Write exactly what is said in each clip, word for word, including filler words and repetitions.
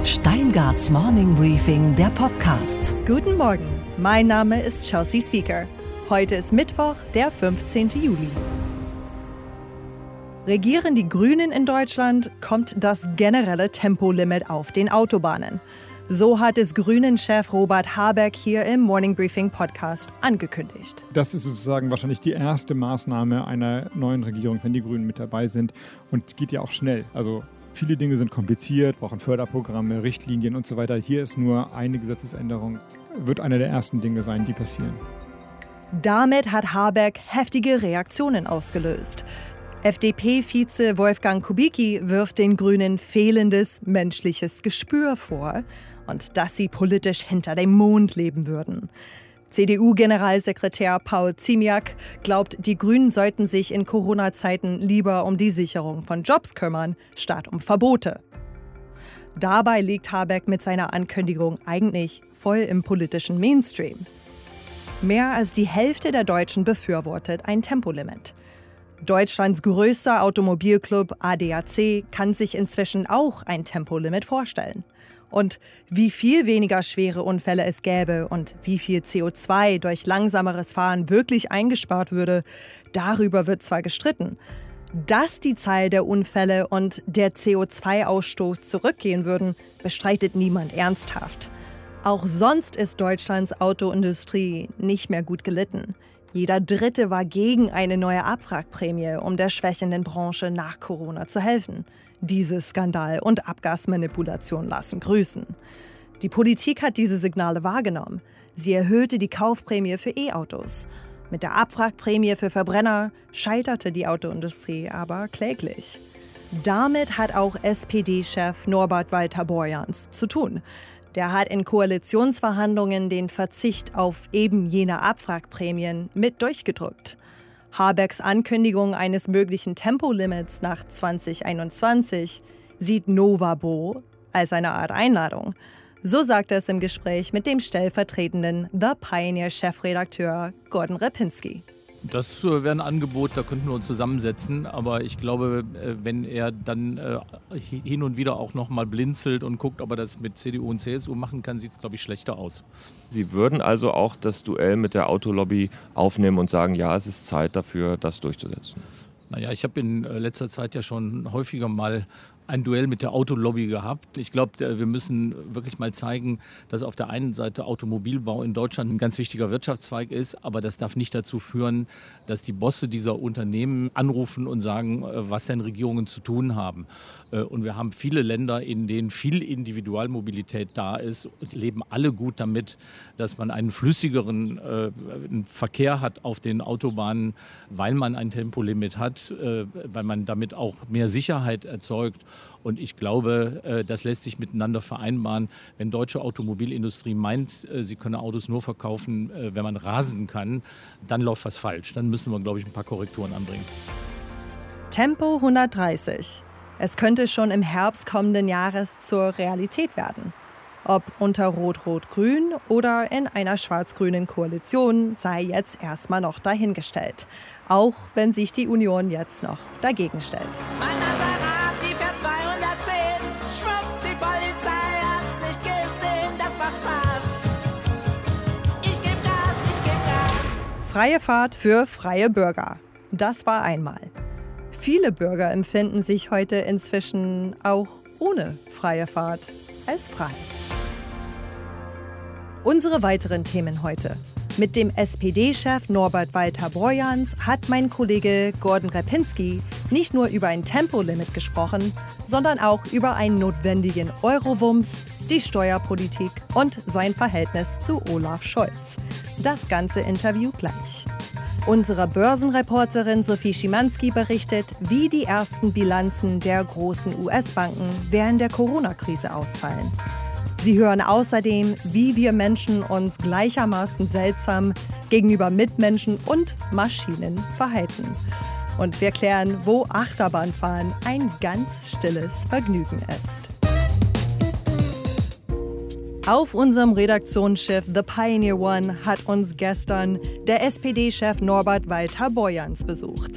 Steingarts Morning Briefing, der Podcast. Guten Morgen, mein Name ist Chelsea Speaker. Heute ist Mittwoch, der fünfzehnten Juli. Regieren die Grünen in Deutschland, kommt das generelle Tempolimit auf den Autobahnen. So hat es Grünen-Chef Robert Habeck hier im Morning Briefing Podcast angekündigt. Das ist sozusagen wahrscheinlich die erste Maßnahme einer neuen Regierung, wenn die Grünen mit dabei sind. Und geht ja auch schnell. Also viele Dinge sind kompliziert, brauchen Förderprogramme, Richtlinien und so weiter. Hier ist nur eine Gesetzesänderung, wird eine der ersten Dinge sein, die passieren. Damit hat Habeck heftige Reaktionen ausgelöst. F D P-Vize Wolfgang Kubicki wirft den Grünen fehlendes menschliches Gespür vor und dass sie politisch hinter dem Mond leben würden. C D U-Generalsekretär Paul Ziemiak glaubt, die Grünen sollten sich in Corona-Zeiten lieber um die Sicherung von Jobs kümmern, statt um Verbote. Dabei liegt Habeck mit seiner Ankündigung eigentlich voll im politischen Mainstream. Mehr als die Hälfte der Deutschen befürwortet ein Tempolimit. Deutschlands größter Automobilclub A D A C kann sich inzwischen auch ein Tempolimit vorstellen. Und wie viel weniger schwere Unfälle es gäbe und wie viel C O zwei durch langsameres Fahren wirklich eingespart würde, darüber wird zwar gestritten. Dass die Zahl der Unfälle und der C O zwei Ausstoß zurückgehen würden, bestreitet niemand ernsthaft. Auch sonst ist Deutschlands Autoindustrie nicht mehr gut gelitten. Jeder Dritte war gegen eine neue Abwrackprämie, um der schwächenden Branche nach Corona zu helfen. Diese Skandal- und Abgasmanipulation lassen grüßen. Die Politik hat diese Signale wahrgenommen. Sie erhöhte die Kaufprämie für E-Autos. Mit der Abwrackprämie für Verbrenner scheiterte die Autoindustrie aber kläglich. Damit hat auch S P D-Chef Norbert Walter-Borjans zu tun. Der hat in Koalitionsverhandlungen den Verzicht auf eben jene Abwrackprämien mit durchgedrückt. Habecks Ankündigung eines möglichen Tempolimits nach zwanzig einundzwanzig sieht Novabo als eine Art Einladung. So sagt er es im Gespräch mit dem stellvertretenden The Pioneer-Chefredakteur Gordon Repinski. Das wäre ein Angebot, da könnten wir uns zusammensetzen. Aber ich glaube, wenn er dann hin und wieder auch noch mal blinzelt und guckt, ob er das mit C D U und C S U machen kann, sieht es, glaube ich, schlechter aus. Sie würden also auch das Duell mit der Autolobby aufnehmen und sagen, ja, es ist Zeit dafür, das durchzusetzen? Naja, ich habe in letzter Zeit ja schon häufiger mal ein Duell mit der Autolobby gehabt. Ich glaube, wir müssen wirklich mal zeigen, dass auf der einen Seite Automobilbau in Deutschland ein ganz wichtiger Wirtschaftszweig ist, aber das darf nicht dazu führen, dass die Bosse dieser Unternehmen anrufen und sagen, was denn Regierungen zu tun haben. Und wir haben viele Länder, in denen viel Individualmobilität da ist und leben alle gut damit, dass man einen flüssigeren äh, Verkehr hat auf den Autobahnen, weil man ein Tempolimit hat, äh, weil man damit auch mehr Sicherheit erzeugt. Und ich glaube, das lässt sich miteinander vereinbaren. Wenn deutsche Automobilindustrie meint, sie könne Autos nur verkaufen, wenn man rasen kann, dann läuft was falsch. Dann müssen wir, glaube ich, ein paar Korrekturen anbringen. Tempo hundertdreißig. Es könnte schon im Herbst kommenden Jahres zur Realität werden. Ob unter Rot-Rot-Grün oder in einer schwarz-grünen Koalition sei jetzt erstmal noch dahingestellt. Auch wenn sich die Union jetzt noch dagegen stellt. Freie Fahrt für freie Bürger. Das war einmal. Viele Bürger empfinden sich heute inzwischen auch ohne freie Fahrt als frei. Unsere weiteren Themen heute. Mit dem S P D-Chef Norbert Walter-Borjans hat mein Kollege Gordon Repinski nicht nur über ein Tempolimit gesprochen, sondern auch über einen notwendigen Eurowumms, die Steuerpolitik und sein Verhältnis zu Olaf Scholz. Das ganze Interview gleich. Unsere Börsenreporterin Sophie Schimanski berichtet, wie die ersten Bilanzen der großen U S-Banken während der Corona-Krise ausfallen. Sie hören außerdem, wie wir Menschen uns gleichermaßen seltsam gegenüber Mitmenschen und Maschinen verhalten. Und wir klären, wo Achterbahnfahren ein ganz stilles Vergnügen ist. Auf unserem Redaktionsschiff The Pioneer One hat uns gestern der S P D-Chef Norbert Walter-Borjans besucht.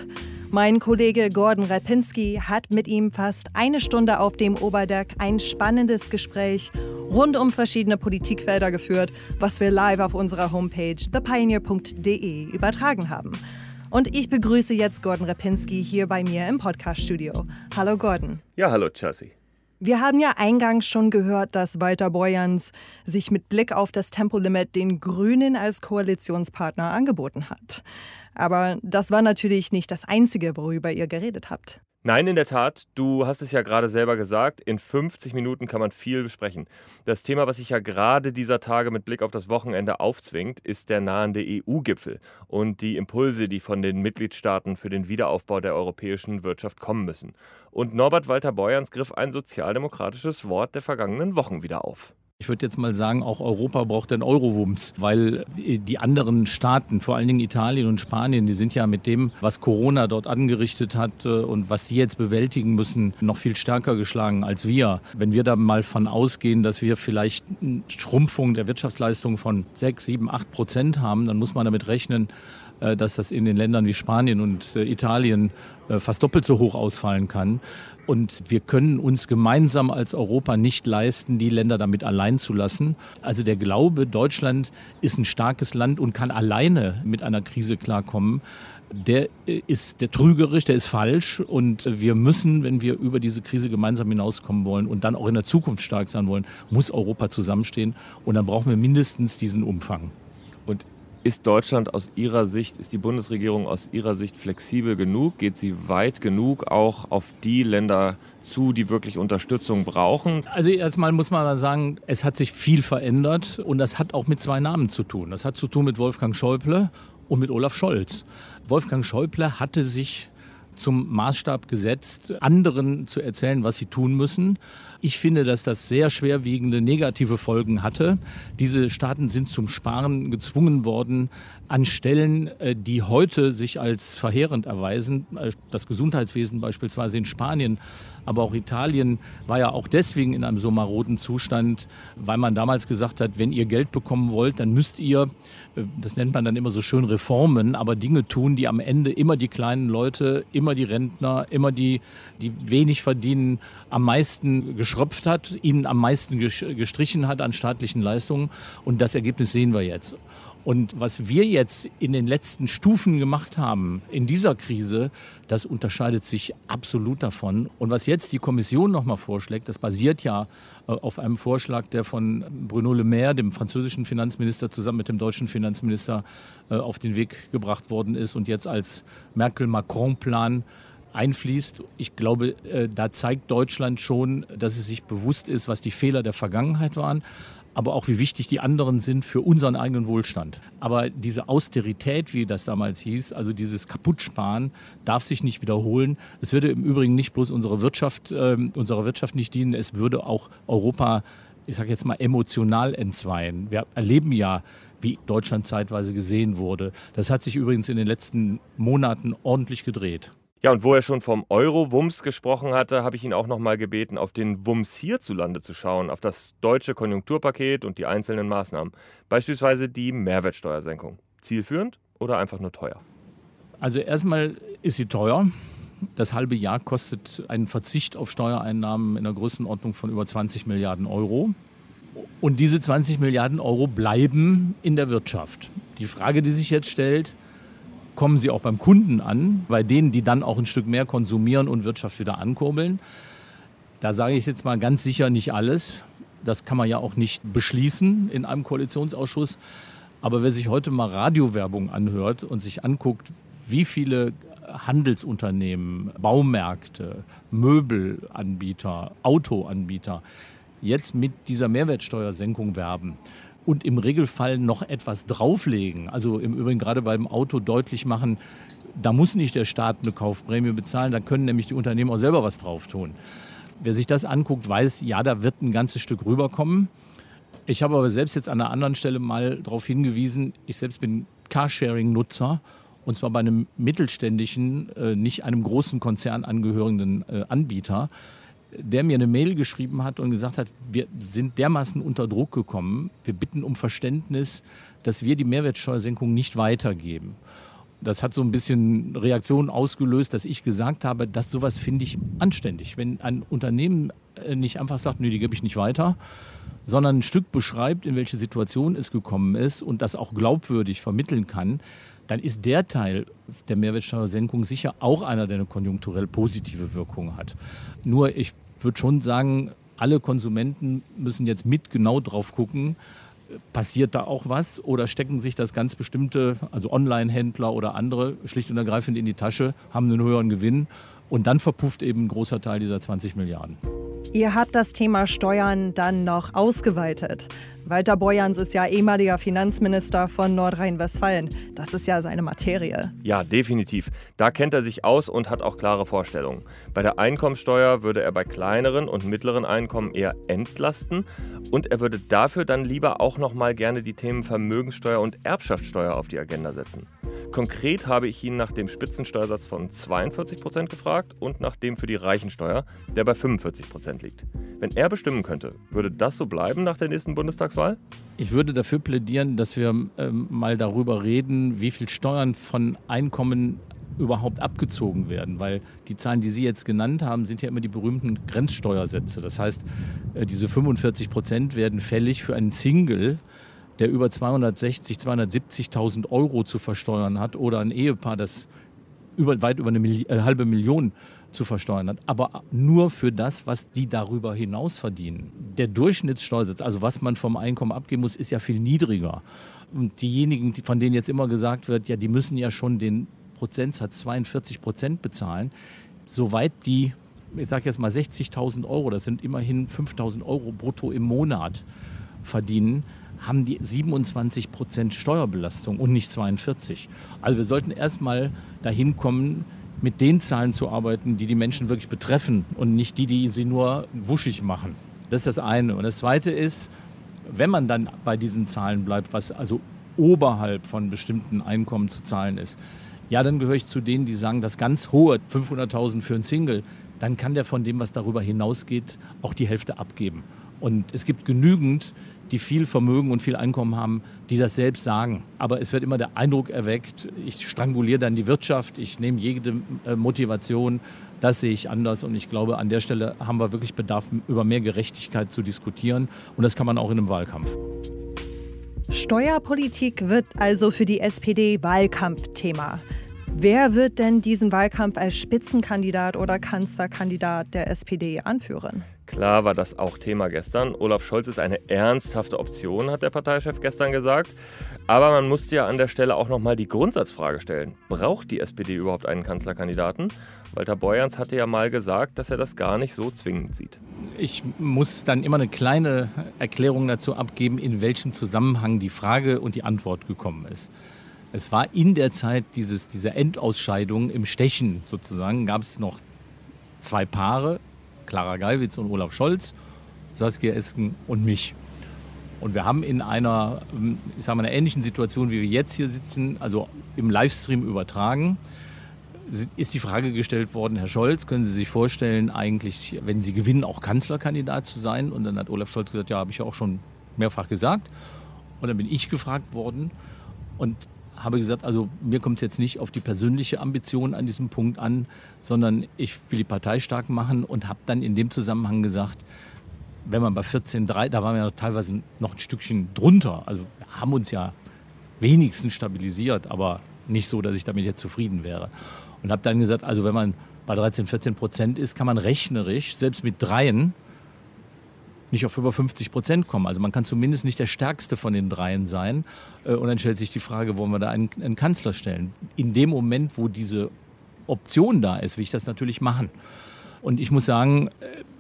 Mein Kollege Gordon Repinski hat mit ihm fast eine Stunde auf dem Oberdeck ein spannendes Gespräch rund um verschiedene Politikfelder geführt, was wir live auf unserer Homepage the pioneer punkt de übertragen haben. Und ich begrüße jetzt Gordon Repinski hier bei mir im Podcast-Studio. Hallo Gordon. Ja, hallo Chassi. Wir haben ja eingangs schon gehört, dass Walter Borjans sich mit Blick auf das Tempolimit den Grünen als Koalitionspartner angeboten hat. Aber das war natürlich nicht das Einzige, worüber ihr geredet habt. Nein, in der Tat. Du hast es ja gerade selber gesagt. In fünfzig Minuten kann man viel besprechen. Das Thema, was sich ja gerade dieser Tage mit Blick auf das Wochenende aufzwingt, ist der nahende E U-Gipfel und die Impulse, die von den Mitgliedstaaten für den Wiederaufbau der europäischen Wirtschaft kommen müssen. Und Norbert Walter Borjans griff ein sozialdemokratisches Wort der vergangenen Wochen wieder auf. Ich würde jetzt mal sagen, auch Europa braucht den Eurowumms, weil die anderen Staaten, vor allen Dingen Italien und Spanien, die sind ja mit dem, was Corona dort angerichtet hat und was sie jetzt bewältigen müssen, noch viel stärker geschlagen als wir. Wenn wir da mal von ausgehen, dass wir vielleicht eine Schrumpfung der Wirtschaftsleistung von sechs, sieben, acht Prozent haben, dann muss man damit rechnen, dass das in den Ländern wie Spanien und Italien fast doppelt so hoch ausfallen kann. Und wir können uns gemeinsam als Europa nicht leisten, die Länder damit allein zu lassen. Also der Glaube, Deutschland ist ein starkes Land und kann alleine mit einer Krise klarkommen, der ist der trügerisch, der ist falsch. Und wir müssen, wenn wir über diese Krise gemeinsam hinauskommen wollen und dann auch in der Zukunft stark sein wollen, muss Europa zusammenstehen. Und dann brauchen wir mindestens diesen Umfang. Und ist Deutschland aus Ihrer Sicht, ist die Bundesregierung aus Ihrer Sicht flexibel genug? Geht sie weit genug auch auf die Länder zu, die wirklich Unterstützung brauchen? Also erstmal muss man mal sagen, es hat sich viel verändert und das hat auch mit zwei Namen zu tun. Das hat zu tun mit Wolfgang Schäuble und mit Olaf Scholz. Wolfgang Schäuble hatte sich zum Maßstab gesetzt, anderen zu erzählen, was sie tun müssen. Ich finde, dass das sehr schwerwiegende negative Folgen hatte. Diese Staaten sind zum Sparen gezwungen worden an Stellen, die heute sich als verheerend erweisen. Das Gesundheitswesen beispielsweise in Spanien, aber auch Italien war ja auch deswegen in einem so maroden Zustand, weil man damals gesagt hat, wenn ihr Geld bekommen wollt, dann müsst ihr, das nennt man dann immer so schön Reformen, aber Dinge tun, die am Ende immer die kleinen Leute, immer die Rentner, immer die, die wenig verdienen, am meisten geschröpft hat, ihnen am meisten gestrichen hat an staatlichen Leistungen. Und das Ergebnis sehen wir jetzt. Und was wir jetzt in den letzten Stufen gemacht haben in dieser Krise, das unterscheidet sich absolut davon. Und was jetzt die Kommission nochmal vorschlägt, das basiert ja äh, auf einem Vorschlag, der von Bruno Le Maire, dem französischen Finanzminister, zusammen mit dem deutschen Finanzminister äh, auf den Weg gebracht worden ist und jetzt als Merkel-Macron-Plan einfließt. Ich glaube, äh, da zeigt Deutschland schon, dass es sich bewusst ist, was die Fehler der Vergangenheit waren, aber auch wie wichtig die anderen sind für unseren eigenen Wohlstand. Aber diese Austerität, wie das damals hieß, also dieses Kaputtsparen, darf sich nicht wiederholen. Es würde im Übrigen nicht bloß unsere Wirtschaft, äh, unserer Wirtschaft nicht dienen, es würde auch Europa, ich sage jetzt mal, emotional entzweien. Wir erleben ja, wie Deutschland zeitweise gesehen wurde. Das hat sich übrigens in den letzten Monaten ordentlich gedreht. Ja, und wo er schon vom Euro-Wumms gesprochen hatte, habe ich ihn auch noch mal gebeten, auf den Wumms hierzulande zu schauen, auf das deutsche Konjunkturpaket und die einzelnen Maßnahmen. Beispielsweise die Mehrwertsteuersenkung. Zielführend oder einfach nur teuer? Also erstmal ist sie teuer. Das halbe Jahr kostet ein Verzicht auf Steuereinnahmen in der Größenordnung von über zwanzig Milliarden Euro. Und diese zwanzig Milliarden Euro bleiben in der Wirtschaft. Die Frage, die sich jetzt stellt: Kommen sie auch beim Kunden an, bei denen, die dann auch ein Stück mehr konsumieren und Wirtschaft wieder ankurbeln? Da sage ich jetzt mal ganz sicher nicht alles. Das kann man ja auch nicht beschließen in einem Koalitionsausschuss. Aber wer sich heute mal Radiowerbung anhört und sich anguckt, wie viele Handelsunternehmen, Baumärkte, Möbelanbieter, Autoanbieter jetzt mit dieser Mehrwertsteuersenkung werben und im Regelfall noch etwas drauflegen, also im Übrigen gerade beim Auto deutlich machen, da muss nicht der Staat eine Kaufprämie bezahlen, da können nämlich die Unternehmen auch selber was drauf tun. Wer sich das anguckt, weiß, ja, da wird ein ganzes Stück rüberkommen. Ich habe aber selbst jetzt an einer anderen Stelle mal darauf hingewiesen, ich selbst bin Carsharing-Nutzer, und zwar bei einem mittelständischen, äh, nicht einem großen Konzern angehörenden äh, Anbieter, der mir eine Mail geschrieben hat und gesagt hat, wir sind dermaßen unter Druck gekommen, wir bitten um Verständnis, dass wir die Mehrwertsteuersenkung nicht weitergeben. Das hat so ein bisschen Reaktionen ausgelöst, dass ich gesagt habe, dass sowas finde ich anständig. Wenn ein Unternehmen nicht einfach sagt, nee, die gebe ich nicht weiter, sondern ein Stück beschreibt, in welche Situation es gekommen ist und das auch glaubwürdig vermitteln kann, dann ist der Teil der Mehrwertsteuersenkung sicher auch einer, der eine konjunkturell positive Wirkung hat. Nur ich würde schon sagen, alle Konsumenten müssen jetzt mit genau drauf gucken, passiert da auch was oder stecken sich das ganz bestimmte, also Online-Händler oder andere, schlicht und ergreifend in die Tasche, haben einen höheren Gewinn und dann verpufft eben ein großer Teil dieser zwanzig Milliarden. Ihr habt das Thema Steuern dann noch ausgeweitet. Walter Borjans ist ja ehemaliger Finanzminister von Nordrhein-Westfalen. Das ist ja seine Materie. Ja, definitiv. Da kennt er sich aus und hat auch klare Vorstellungen. Bei der Einkommensteuer würde er bei kleineren und mittleren Einkommen eher entlasten. Und er würde dafür dann lieber auch noch mal gerne die Themen Vermögenssteuer und Erbschaftssteuer auf die Agenda setzen. Konkret habe ich ihn nach dem Spitzensteuersatz von zweiundvierzig Prozent gefragt und nach dem für die Reichensteuer, der bei fünfundvierzig Prozent liegt. Wenn er bestimmen könnte, würde das so bleiben nach der nächsten Bundestagswahl? Ich würde dafür plädieren, dass wir ähm, mal darüber reden, wie viel Steuern von Einkommen überhaupt abgezogen werden. Weil die Zahlen, die Sie jetzt genannt haben, sind ja immer die berühmten Grenzsteuersätze. Das heißt, äh, diese fünfundvierzig Prozent werden fällig für einen Single, der über zweihundertsechzigtausend, zweihundertsiebzigtausend Euro zu versteuern hat oder ein Ehepaar, das über, weit über eine Milli- äh, halbe Million zu versteuern hat, aber nur für das, was die darüber hinaus verdienen. Der Durchschnittssteuersatz, also was man vom Einkommen abgeben muss, ist ja viel niedriger. Und diejenigen, von denen jetzt immer gesagt wird, ja, die müssen ja schon den Prozentsatz zweiundvierzig Prozent bezahlen, soweit die, ich sage jetzt mal sechzigtausend Euro, das sind immerhin fünftausend Euro brutto im Monat verdienen, haben die siebenundzwanzig Prozent Steuerbelastung und nicht zweiundvierzig. Also wir sollten erstmal dahin kommen, mit den Zahlen zu arbeiten, die die Menschen wirklich betreffen und nicht die, die sie nur wuschig machen. Das ist das eine. Und das zweite ist, wenn man dann bei diesen Zahlen bleibt, was also oberhalb von bestimmten Einkommen zu zahlen ist, ja, dann gehöre ich zu denen, die sagen, das ganz hohe, fünfhunderttausend für einen Single, dann kann der von dem, was darüber hinausgeht, auch die Hälfte abgeben. Und es gibt genügend, die viel Vermögen und viel Einkommen haben, die das selbst sagen. Aber es wird immer der Eindruck erweckt, ich stranguliere dann die Wirtschaft, ich nehme jede äh, Motivation. Das sehe ich anders und ich glaube, an der Stelle haben wir wirklich Bedarf, über mehr Gerechtigkeit zu diskutieren. Und das kann man auch in einem Wahlkampf. Steuerpolitik wird also für die S P D Wahlkampfthema. Wer wird denn diesen Wahlkampf als Spitzenkandidat oder Kanzlerkandidat der S P D anführen? Klar war das auch Thema gestern. Olaf Scholz ist eine ernsthafte Option, hat der Parteichef gestern gesagt. Aber man musste ja an der Stelle auch nochmal die Grundsatzfrage stellen. Braucht die S P D überhaupt einen Kanzlerkandidaten? Walter Borjans hatte ja mal gesagt, dass er das gar nicht so zwingend sieht. Ich muss dann immer eine kleine Erklärung dazu abgeben, in welchem Zusammenhang die Frage und die Antwort gekommen ist. Es war in der Zeit dieses, dieser Endausscheidung im Stechen sozusagen, gab es noch zwei Paare, Clara Geiwitz und Olaf Scholz, Saskia Esken und mich. Und wir haben in einer, ich sage mal, einer ähnlichen Situation, wie wir jetzt hier sitzen, also im Livestream übertragen, ist die Frage gestellt worden, Herr Scholz, können Sie sich vorstellen, eigentlich, wenn Sie gewinnen, auch Kanzlerkandidat zu sein? Und dann hat Olaf Scholz gesagt, ja, habe ich ja auch schon mehrfach gesagt. Und dann bin ich gefragt worden und habe gesagt, also mir kommt es jetzt nicht auf die persönliche Ambition an diesem Punkt an, sondern ich will die Partei stark machen und habe dann in dem Zusammenhang gesagt, wenn man bei vierzehn Komma drei, da waren wir ja teilweise noch ein Stückchen drunter, also wir haben uns ja wenigstens stabilisiert, aber nicht so, dass ich damit jetzt zufrieden wäre. Und habe dann gesagt, also wenn man bei dreizehn, vierzehn Prozent ist, kann man rechnerisch, selbst mit Dreien, nicht auf über fünfzig Prozent kommen. Also man kann zumindest nicht der Stärkste von den Dreien sein. Und dann stellt sich die Frage, wollen wir da einen, einen Kanzler stellen? In dem Moment, wo diese Option da ist, will ich das natürlich machen. Und ich muss sagen,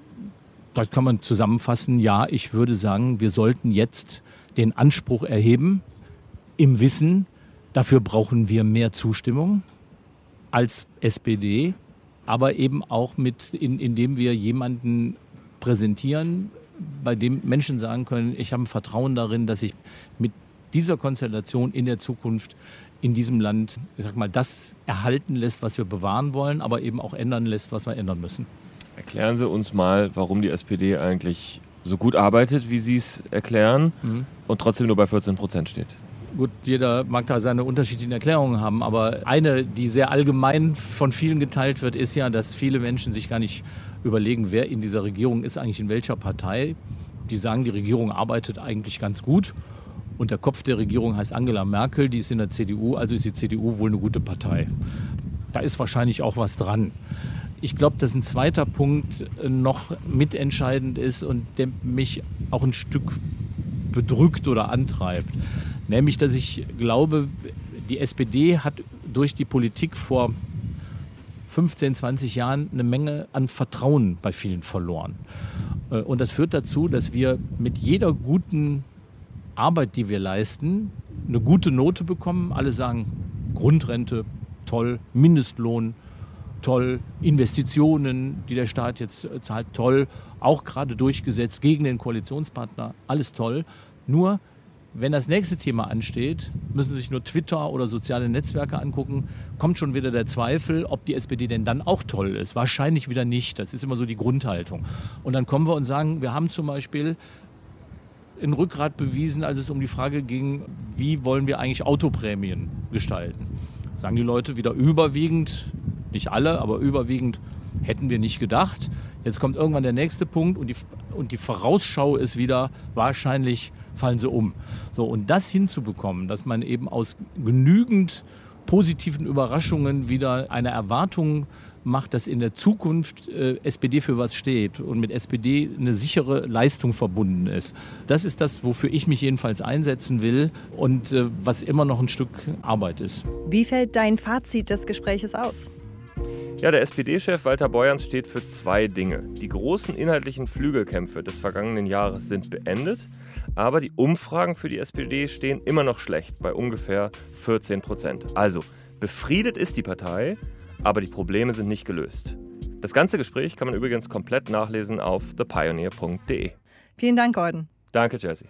das kann man zusammenfassen, ja, ich würde sagen, wir sollten jetzt den Anspruch erheben, im Wissen, dafür brauchen wir mehr Zustimmung als S P D, aber eben auch mit, in, indem wir jemanden präsentieren, bei dem Menschen sagen können, ich habe ein Vertrauen darin, dass sich mit dieser Konstellation in der Zukunft in diesem Land, ich sag mal, das erhalten lässt, was wir bewahren wollen, aber eben auch ändern lässt, was wir ändern müssen. Erklären Sie uns mal, warum die S P D eigentlich so gut arbeitet, wie Sie es erklären, mhm. und trotzdem nur bei vierzehn Prozent steht. Gut, jeder mag da seine unterschiedlichen Erklärungen haben, aber eine, die sehr allgemein von vielen geteilt wird, ist ja, dass viele Menschen sich gar nicht überlegen, wer in dieser Regierung ist, eigentlich in welcher Partei. Die sagen, die Regierung arbeitet eigentlich ganz gut und der Kopf der Regierung heißt Angela Merkel, die ist in der C D U, also ist die C D U wohl eine gute Partei. Da ist wahrscheinlich auch was dran. Ich glaube, dass ein zweiter Punkt noch mitentscheidend ist und der mich auch ein Stück bedrückt oder antreibt. Nämlich, dass ich glaube, die S P D hat durch die Politik vor fünfzehn, zwanzig Jahren eine Menge an Vertrauen bei vielen verloren. Und das führt dazu, dass wir mit jeder guten Arbeit, die wir leisten, eine gute Note bekommen. Alle sagen, Grundrente, toll, Mindestlohn, toll, Investitionen, die der Staat jetzt zahlt, toll, auch gerade durchgesetzt gegen den Koalitionspartner, alles toll. Nur, wenn das nächste Thema ansteht, müssen Sie sich nur Twitter oder soziale Netzwerke angucken, kommt schon wieder der Zweifel, ob die S P D denn dann auch toll ist. Wahrscheinlich wieder nicht. Das ist immer so die Grundhaltung. Und dann kommen wir und sagen, wir haben zum Beispiel ein Rückgrat bewiesen, als es um die Frage ging, wie wollen wir eigentlich Autoprämien gestalten. Sagen die Leute wieder überwiegend, nicht alle, aber überwiegend, hätten wir nicht gedacht. Jetzt kommt irgendwann der nächste Punkt und die, und die Vorausschau ist wieder, wahrscheinlich fallen sie um. So, und das hinzubekommen, dass man eben aus genügend positiven Überraschungen wieder eine Erwartung macht, dass in der Zukunft äh, S P D für was steht und mit S P D eine sichere Leistung verbunden ist. Das ist das, wofür ich mich jedenfalls einsetzen will und äh, was immer noch ein Stück Arbeit ist. Wie fällt dein Fazit des Gespräches aus? Ja, der S P D-Chef Walter Beuerns steht für zwei Dinge. Die großen inhaltlichen Flügelkämpfe des vergangenen Jahres sind beendet, aber die Umfragen für die S P D stehen immer noch schlecht, bei ungefähr vierzehn Prozent. Also, befriedet ist die Partei, aber die Probleme sind nicht gelöst. Das ganze Gespräch kann man übrigens komplett nachlesen auf the pioneer punkt de. Vielen Dank, Gordon. Danke, Jessie.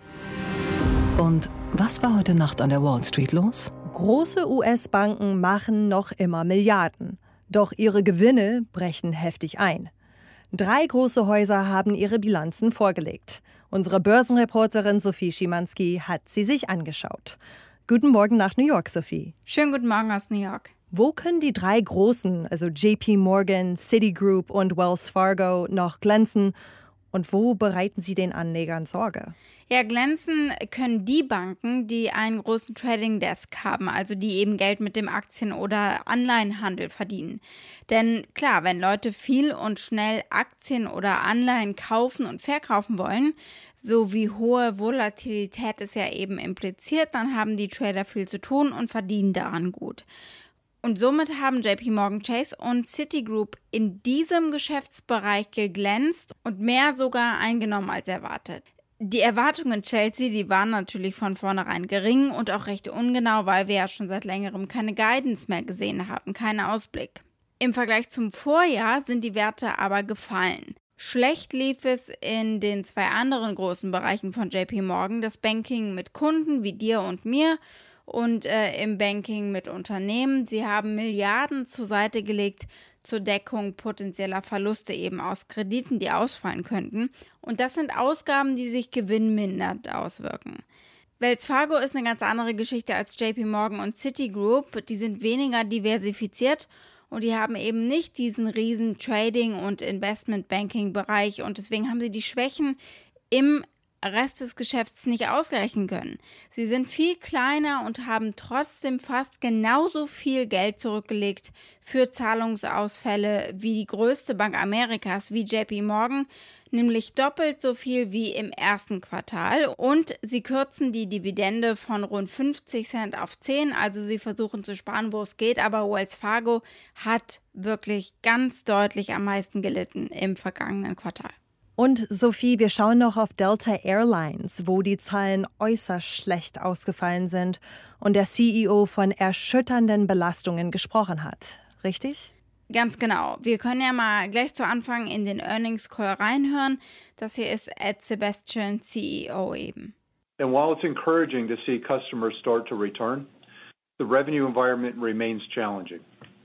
Und was war heute Nacht an der Wall Street los? Große U S-Banken machen noch immer Milliarden. Doch ihre Gewinne brechen heftig ein. Drei große Häuser haben ihre Bilanzen vorgelegt. Unsere Börsenreporterin Sophie Schimanski hat sie sich angeschaut. Guten Morgen nach New York, Sophie. Schönen guten Morgen aus New York. Wo können die drei großen, also J P Morgan, Citigroup und Wells Fargo, noch glänzen? Und wo bereiten sie den Anlegern Sorge? Ja, glänzen können die Banken, die einen großen Trading Desk haben, also die eben Geld mit dem Aktien- oder Anleihenhandel verdienen. Denn klar, wenn Leute viel und schnell Aktien oder Anleihen kaufen und verkaufen wollen, so wie hohe Volatilität es ja eben impliziert, dann haben die Trader viel zu tun und verdienen daran gut. Und somit haben J P Morgan Chase und Citigroup in diesem Geschäftsbereich geglänzt und mehr sogar eingenommen als erwartet. Die Erwartungen in Chelsea, die waren natürlich von vornherein gering und auch recht ungenau, weil wir ja schon seit längerem keine Guidance mehr gesehen haben, keinen Ausblick. Im Vergleich zum Vorjahr sind die Werte aber gefallen. Schlecht lief es in den zwei anderen großen Bereichen von J P Morgan, das Banking mit Kunden wie dir und mir und äh, im Banking mit Unternehmen. Sie haben Milliarden zur Seite gelegt zur Deckung potenzieller Verluste eben aus Krediten, die ausfallen könnten. Und das sind Ausgaben, die sich gewinnmindernd auswirken. Wells Fargo ist eine ganz andere Geschichte als J P Morgan und Citigroup. Die sind weniger diversifiziert und die haben eben nicht diesen riesen Trading- und Investment-Banking-Bereich und deswegen haben sie die Schwächen im Rest des Geschäfts nicht ausgleichen können. Sie sind viel kleiner und haben trotzdem fast genauso viel Geld zurückgelegt für Zahlungsausfälle wie die größte Bank Amerikas, wie J P Morgan, nämlich doppelt so viel wie im ersten Quartal. Und sie kürzen die Dividende von rund fünfzig Cent auf zehn, also sie versuchen zu sparen, wo es geht, aber Wells Fargo hat wirklich ganz deutlich am meisten gelitten im vergangenen Quartal. Und Sophie, wir schauen noch auf Delta Airlines, wo die Zahlen äußerst schlecht ausgefallen sind und der C E O von erschütternden Belastungen gesprochen hat. Richtig? Ganz genau. Wir können ja mal gleich zu Anfang in den Earnings Call reinhören. Das hier ist Ed Sebastian, C E O eben. And while it's encouraging to see customers start to return, the revenue environment remains challenging.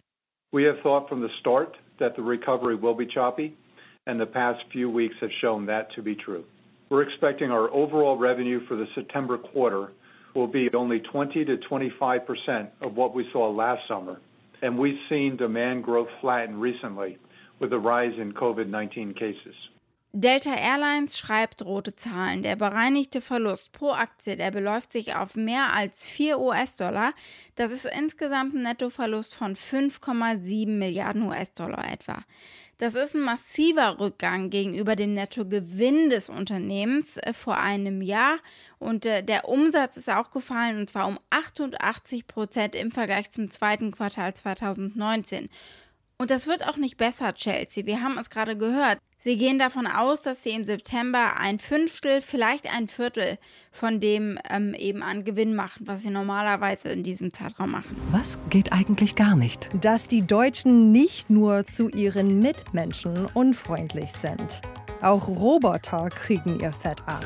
We have thought from the start that the recovery will be choppy. And the past few weeks have shown that to be true. We're expecting our overall revenue for the September quarter will be only twenty to twenty-five percent of what we saw last summer. And we've seen demand growth flatten recently with the rise in COVID nineteen cases. Delta Airlines schreibt rote Zahlen. Der bereinigte Verlust pro Aktie, der beläuft sich auf mehr als vier US-Dollar. Das ist insgesamt ein Nettoverlust von fünf Komma sieben Milliarden US-Dollar etwa. Das ist ein massiver Rückgang gegenüber dem Nettogewinn des Unternehmens vor einem Jahr. Und äh, der Umsatz ist auch gefallen, und zwar um achtundachtzig Prozent im Vergleich zum zweiten Quartal zweitausendneunzehn. Und das wird auch nicht besser, Chelsea. Wir haben es gerade gehört. Sie gehen davon aus, dass sie im September ein Fünftel, vielleicht ein Viertel von dem ähm, eben an Gewinn machen, was sie normalerweise in diesem Zeitraum machen. Was geht eigentlich gar nicht? Dass die Deutschen nicht nur zu ihren Mitmenschen unfreundlich sind. Auch Roboter kriegen ihr Fett ab.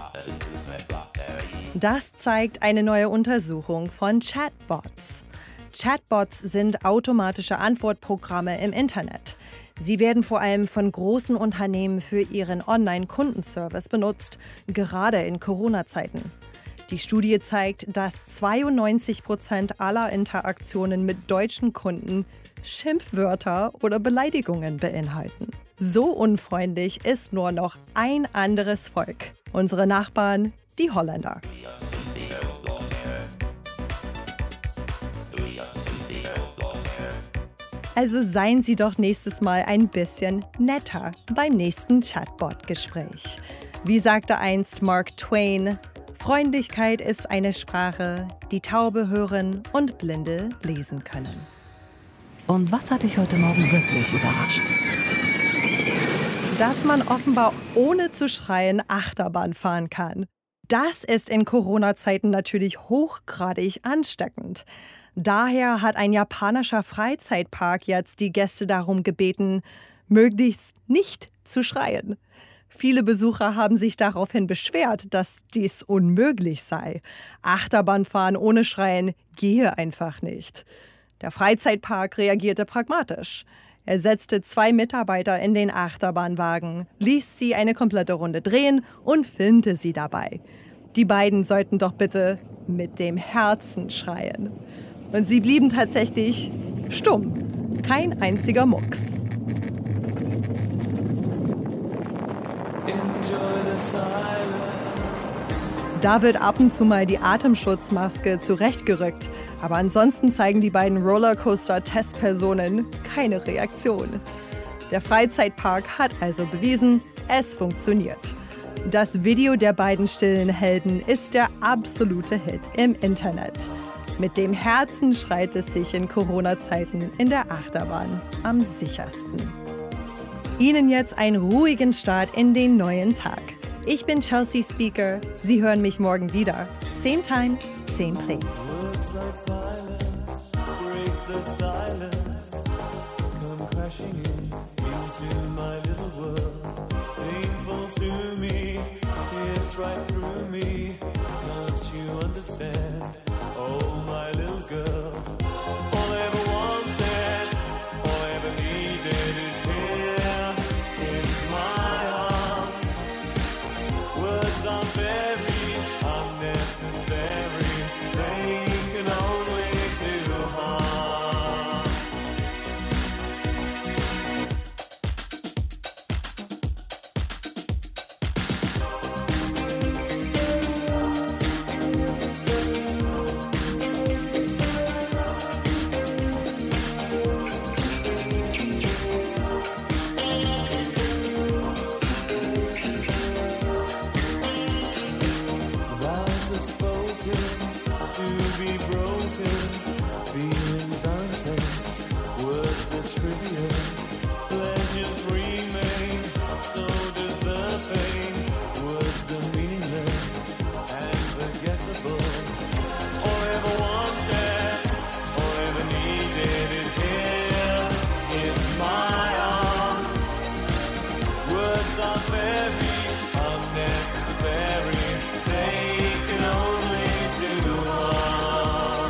Das zeigt eine neue Untersuchung von Chatbots. Chatbots sind automatische Antwortprogramme im Internet. Sie werden vor allem von großen Unternehmen für ihren Online-Kundenservice benutzt, gerade in Corona-Zeiten. Die Studie zeigt, dass zweiundneunzig Prozent aller Interaktionen mit deutschen Kunden Schimpfwörter oder Beleidigungen beinhalten. So unfreundlich ist nur noch ein anderes Volk. Unsere Nachbarn, die Holländer. Also seien Sie doch nächstes Mal ein bisschen netter beim nächsten Chatbot-Gespräch. Wie sagte einst Mark Twain, Freundlichkeit ist eine Sprache, die Taube hören und Blinde lesen können. Und was hat dich heute Morgen wirklich überrascht? Dass man offenbar ohne zu schreien Achterbahn fahren kann. Das ist in Corona-Zeiten natürlich hochgradig ansteckend. Daher hat ein japanischer Freizeitpark jetzt die Gäste darum gebeten, möglichst nicht zu schreien. Viele Besucher haben sich daraufhin beschwert, dass dies unmöglich sei. Achterbahnfahren ohne Schreien gehe einfach nicht. Der Freizeitpark reagierte pragmatisch. Er setzte zwei Mitarbeiter in den Achterbahnwagen, ließ sie eine komplette Runde drehen und filmte sie dabei. Die beiden sollten doch bitte mit dem Herzen schreien. Und sie blieben tatsächlich stumm. Kein einziger Mucks. Da wird ab und zu mal die Atemschutzmaske zurechtgerückt. Aber ansonsten zeigen die beiden Rollercoaster-Testpersonen keine Reaktion. Der Freizeitpark hat also bewiesen, es funktioniert. Das Video der beiden stillen Helden ist der absolute Hit im Internet. Mit dem Herzen schreit es sich in Corona-Zeiten in der Achterbahn am sichersten. Ihnen jetzt einen ruhigen Start in den neuen Tag. Ich bin Chelsea Speaker. Sie hören mich morgen wieder. Same time, same place. Words like violence break the silence, come crashing in into my little world. Painful to me, it's right through me. Can't you understand? Oh, my little girl. All I ever wanted, all I ever needed is here in my arms. Words are very unnecessary. They can only do harm. Vows are spoken to be broken. Feelings are intense, words are trivial. Pleasures remain, so does the pain. Words are meaningless and forgettable. All I ever wanted, all I ever needed is here in my arms. Words are very unnecessary. They can only do harm.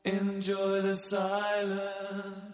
Enjoy the silence.